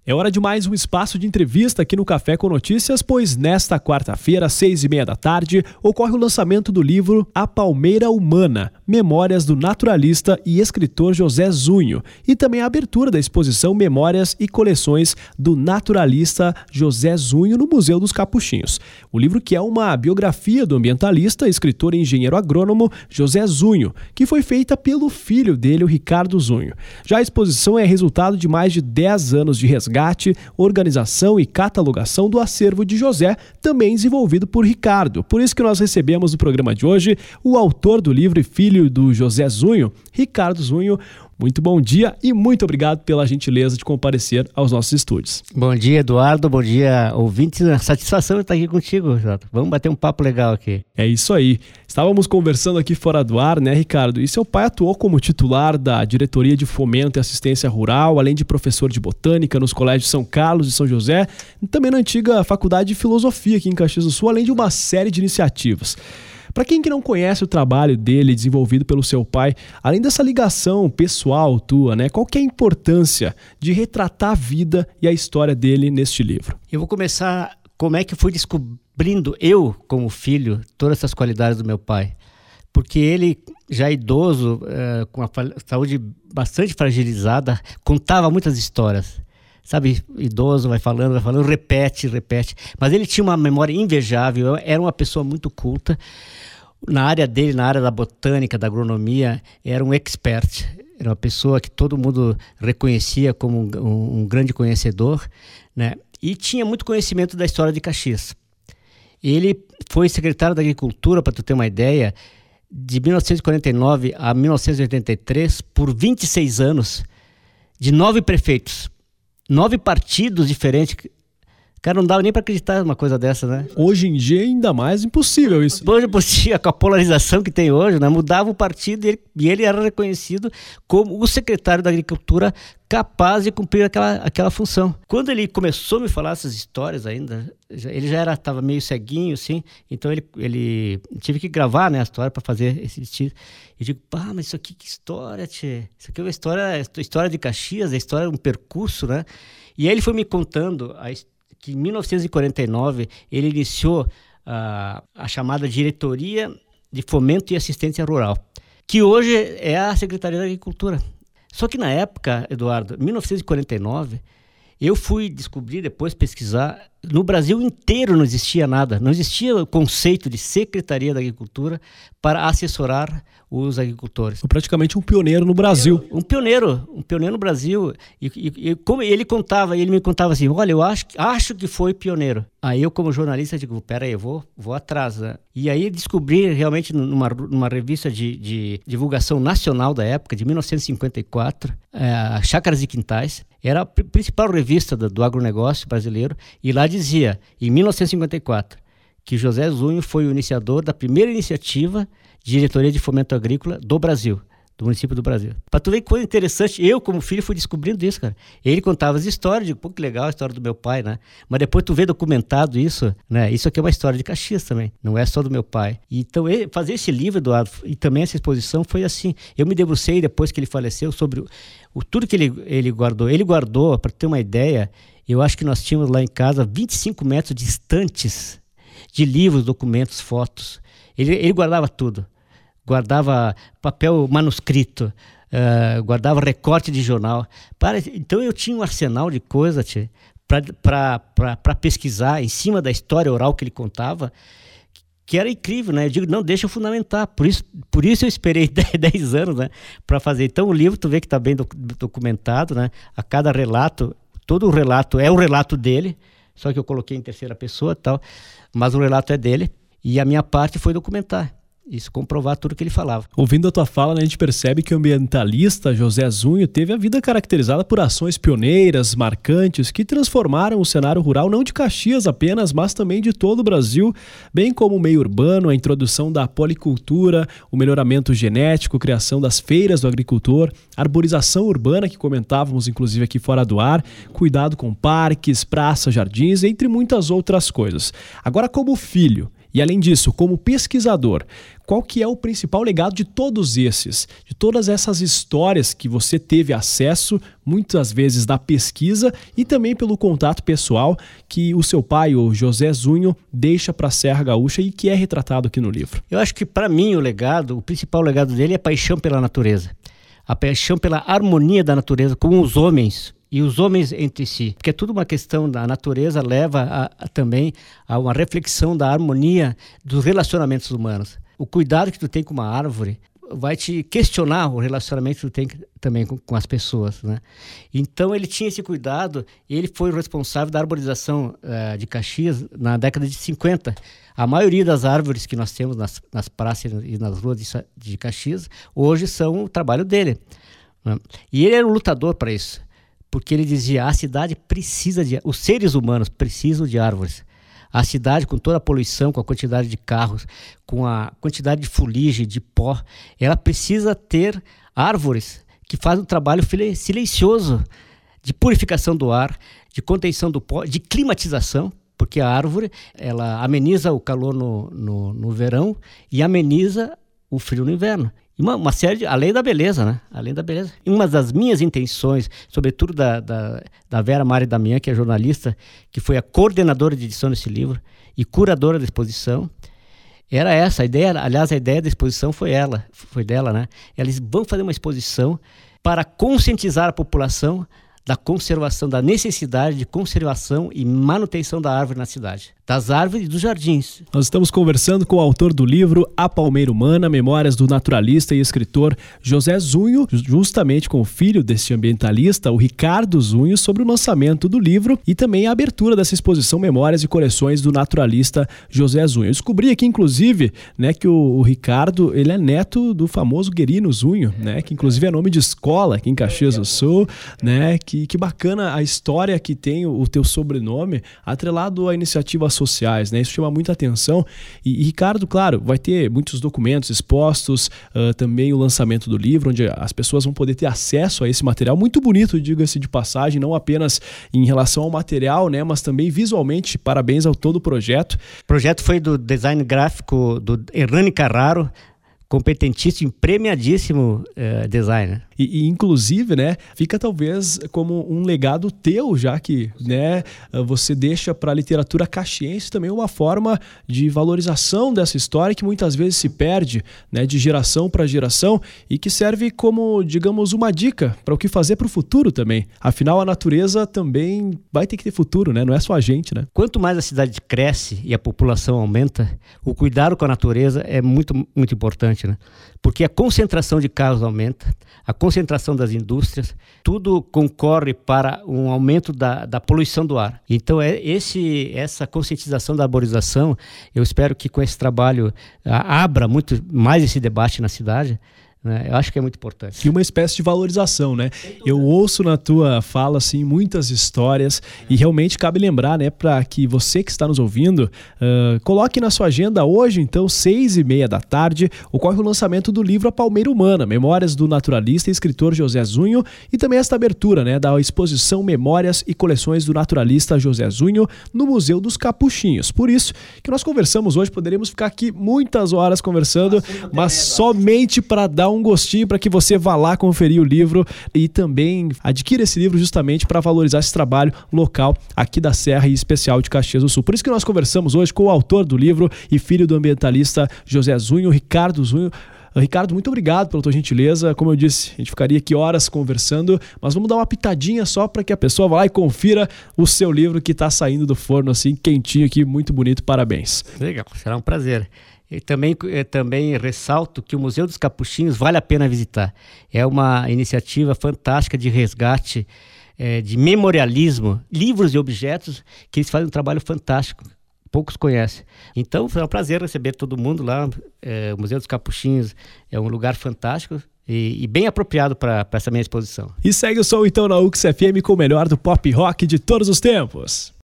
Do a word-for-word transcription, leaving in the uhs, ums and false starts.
É hora de mais um espaço de entrevista aqui no Café com Notícias, pois nesta quarta-feira, às seis e meia da tarde, ocorre o lançamento do livro A Palmeira Humana, Memórias do Naturalista e Escritor José Zunho, e também a abertura da exposição Memórias e Coleções do Naturalista José Zunho no Museu dos Capuchinhos. O livro que é uma biografia do ambientalista, escritor e engenheiro agrônomo José Zunho, que foi feita pelo filho dele, o Ricardo Zunho. Já a exposição é resultado de mais de dez anos de resgate, organização e catalogação do acervo de José, também desenvolvido por Ricardo. Por isso que nós recebemos no programa de hoje o autor do livro e filho do José Zunho, Ricardo Zunho. Muito bom dia e muito obrigado pela gentileza de comparecer aos nossos estúdios. Bom dia, Eduardo. Bom dia, ouvintes. Satisfação de estar aqui contigo, Jota. Vamos bater um papo legal aqui. É isso aí. Estávamos conversando aqui fora do ar, né, Ricardo? E seu pai atuou como titular da Diretoria de Fomento e Assistência Rural, além de professor de Botânica nos colégios São Carlos e São José, e também na antiga Faculdade de Filosofia aqui em Caxias do Sul, além de uma série de iniciativas. Para quem que não conhece o trabalho dele desenvolvido pelo seu pai, além dessa ligação pessoal tua, né, qual que é a importância de retratar a vida e a história dele neste livro? Eu vou começar como é que eu fui descobrindo, eu como filho, todas essas qualidades do meu pai. Porque ele, já idoso, uh, com a saúde bastante fragilizada, contava muitas histórias. Sabe, idoso, vai falando, vai falando, repete, repete. Mas ele tinha uma memória invejável, era uma pessoa muito culta. Na área dele, na área da botânica, da agronomia, era um expert. Era uma pessoa que todo mundo reconhecia como um, um, um grande conhecedor, né? E tinha muito conhecimento da história de Caxias. Ele foi secretário da Agricultura, para tu ter uma ideia, de mil novecentos e quarenta e nove a mil novecentos e oitenta e três, por vinte e seis anos, de nove prefeitos. Nove partidos diferentes. Cara, não dava nem para acreditar numa coisa dessa, né? Hoje em dia é ainda mais impossível isso. Hoje, por dia, com a polarização que tem hoje, né? Mudava o partido e ele, e ele era reconhecido como o secretário da Agricultura capaz de cumprir aquela, aquela função. Quando ele começou a me falar essas histórias ainda, já, ele já era, estava meio ceguinho, assim, então ele, ele tive que gravar, né, a história para fazer esse estilo. Eu digo, pá, mas isso aqui que história, tchê? Isso aqui é uma história, história de Caxias, é história, um percurso, né? E aí ele foi me contando a história, que em mil novecentos e quarenta e nove ele iniciou uh, a chamada Diretoria de Fomento e Assistência Rural, que hoje é a Secretaria da Agricultura. Só que na época, Eduardo, mil novecentos e quarenta e nove, eu fui descobrir, depois pesquisar, no Brasil inteiro não existia nada, não existia o conceito de Secretaria da Agricultura para assessorar os agricultores. Foi praticamente um pioneiro no Brasil. Um pioneiro, um pioneiro no Brasil. E, e, e como ele contava, ele me contava assim, olha, eu acho, acho que foi pioneiro. Aí eu, como jornalista, digo, peraí, eu vou, vou atrás, né? E aí descobri realmente numa, numa revista de, de divulgação nacional da época, de mil novecentos e cinquenta e quatro, é, Chácaras e Quintais, era a principal revista do, do agronegócio brasileiro, e lá dizia, em mil novecentos e cinquenta e quatro, que José Zunho foi o iniciador da primeira iniciativa de diretoria de fomento agrícola do Brasil, do município do Brasil. Para tu ver que coisa interessante, eu como filho fui descobrindo isso, cara. Ele contava as histórias, digo, pô, que legal a história do meu pai, né? Mas depois tu vê documentado isso, né? Isso aqui é uma história de Caxias também, não é só do meu pai. Então ele, fazer esse livro, Eduardo, e também essa exposição foi assim, eu me debrucei depois que ele faleceu sobre o, o tudo que ele, ele guardou. Ele guardou, para ter uma ideia, eu acho que nós tínhamos lá em casa vinte e cinco metros de estantes de livros, documentos, fotos. Ele, ele guardava tudo. Guardava papel manuscrito, uh, guardava recorte de jornal. Para, então eu tinha um arsenal de coisas para pesquisar em cima da história oral que ele contava, que era incrível, né? Eu digo, não, deixa eu fundamentar. Por isso, por isso eu esperei dez anos, né, para fazer. Então o livro, tu vê que está bem documentado, né? A cada relato, todo o relato é o relato dele, só que eu coloquei em terceira pessoa e tal, mas o relato é dele, e a minha parte foi documentar. Isso, comprovar tudo que ele falava. Ouvindo a tua fala, né, a gente percebe que o ambientalista José Zunho teve a vida caracterizada por ações pioneiras, marcantes, que transformaram o cenário rural não de Caxias apenas, mas também de todo o Brasil, bem como o meio urbano, a introdução da policultura, o melhoramento genético, criação das feiras do agricultor, arborização urbana, que comentávamos inclusive aqui fora do ar, cuidado com parques, praças, jardins, entre muitas outras coisas. Agora, como filho E além disso, como pesquisador, qual que é o principal legado de todos esses, de todas essas histórias que você teve acesso, muitas vezes da pesquisa e também pelo contato pessoal que o seu pai, o José Zunho, deixa para a Serra Gaúcha e que é retratado aqui no livro? Eu acho que para mim o legado, o principal legado dele é a paixão pela natureza, a paixão pela harmonia da natureza com os homens, e os homens entre si, porque é tudo uma questão da natureza, leva a, a, também a uma reflexão da harmonia dos relacionamentos humanos. O cuidado que tu tem com uma árvore vai te questionar o relacionamento que tu tem também com, com as pessoas, né? Então ele tinha esse cuidado, ele foi o responsável da arborização uh, de Caxias na década de cinquenta. A maioria das árvores que nós temos nas, nas praças e nas ruas de, de Caxias hoje são o trabalho dele, né? E ele era um lutador para isso, porque ele dizia, a cidade precisa de... Os seres humanos precisam de árvores. A cidade, com toda a poluição, com a quantidade de carros, com a quantidade de fuligem, de pó, ela precisa ter árvores que fazem um trabalho silencioso de purificação do ar, de contenção do pó, de climatização, porque a árvore ela ameniza o calor no, no, no verão e ameniza o frio no inverno. Uma, uma série, de, além da beleza, né? Além da beleza. Uma das minhas intenções, sobretudo da, da, da Vera Mari Damian, que é jornalista, que foi a coordenadora de edição desse livro e curadora da exposição, era essa. A ideia, aliás, a ideia da exposição foi ela, foi dela, né? Eles vão fazer uma exposição para conscientizar a população da conservação, da necessidade de conservação e manutenção da árvore na cidade, das árvores e dos jardins. Nós estamos conversando com o autor do livro A Palmeira Humana, Memórias do Naturalista e escritor José Zunho, justamente com o filho deste ambientalista, o Ricardo Zunho, sobre o lançamento do livro e também a abertura dessa exposição Memórias e Coleções do Naturalista José Zunho. Eu descobri aqui, inclusive, né, que o, o Ricardo, ele é neto do famoso Guerino Zunho, né, que inclusive é nome de escola aqui em Caxias do Sul, né, que, que bacana a história que tem o, o teu sobrenome atrelado a iniciativas sociais, né? Isso chama muita atenção. E, e Ricardo, claro, vai ter muitos documentos expostos, uh, também o lançamento do livro, onde as pessoas vão poder ter acesso a esse material muito bonito, diga-se de passagem, não apenas em relação ao material, né, mas também visualmente. Parabéns ao todo o projeto. O projeto foi do design gráfico do Hernani Carraro, competentíssimo e premiadíssimo uh, designer. E, e inclusive, né, fica talvez como um legado teu, já que, né, você deixa para a literatura caxiense também uma forma de valorização dessa história que muitas vezes se perde, né, de geração para geração e que serve como, digamos, uma dica para o que fazer para o futuro também. Afinal, a natureza também vai ter que ter futuro, né? Não é só a gente, né? Quanto mais a cidade cresce e a população aumenta, o cuidado com a natureza é muito, muito importante, né? Porque a concentração de carros aumenta, a concentração das indústrias, tudo concorre para um aumento da, da poluição do ar. Então, é esse, essa conscientização da arborização, eu espero que com esse trabalho a, abra muito mais esse debate na cidade, né? Eu acho que é muito importante. E uma espécie de valorização, né? Eu ouço na tua fala, assim, muitas histórias e realmente cabe lembrar, né, para que você que está nos ouvindo, uh, coloque na sua agenda hoje, então, seis e meia da tarde, ocorre o lançamento do livro A Palmeira Humana, Memórias do Naturalista e escritor José Zunho, e também esta abertura, né, da exposição Memórias e Coleções do Naturalista José Zunho no Museu dos Capuchinhos. Por isso que nós conversamos hoje, poderíamos ficar aqui muitas horas conversando, mas somente para dar um gostinho para que você vá lá conferir o livro e também adquira esse livro justamente para valorizar esse trabalho local aqui da Serra e especial de Caxias do Sul. Por isso que nós conversamos hoje com o autor do livro e filho do ambientalista José Zunho, Ricardo Zunho. Ricardo, muito obrigado pela tua gentileza. Como eu disse, a gente ficaria aqui horas conversando, mas vamos dar uma pitadinha só para que a pessoa vá lá e confira o seu livro que está saindo do forno assim, quentinho aqui, muito bonito. Parabéns. Legal, será um prazer. E também, também ressalto que o Museu dos Capuchinhos vale a pena visitar. É uma iniciativa fantástica de resgate, é, de memorialismo, livros e objetos, que eles fazem um trabalho fantástico. Poucos conhecem. Então, foi um prazer receber todo mundo lá. É, o Museu dos Capuchinhos é um lugar fantástico e, e bem apropriado para essa minha exposição. E segue o som então na U X F M com o melhor do pop rock de todos os tempos.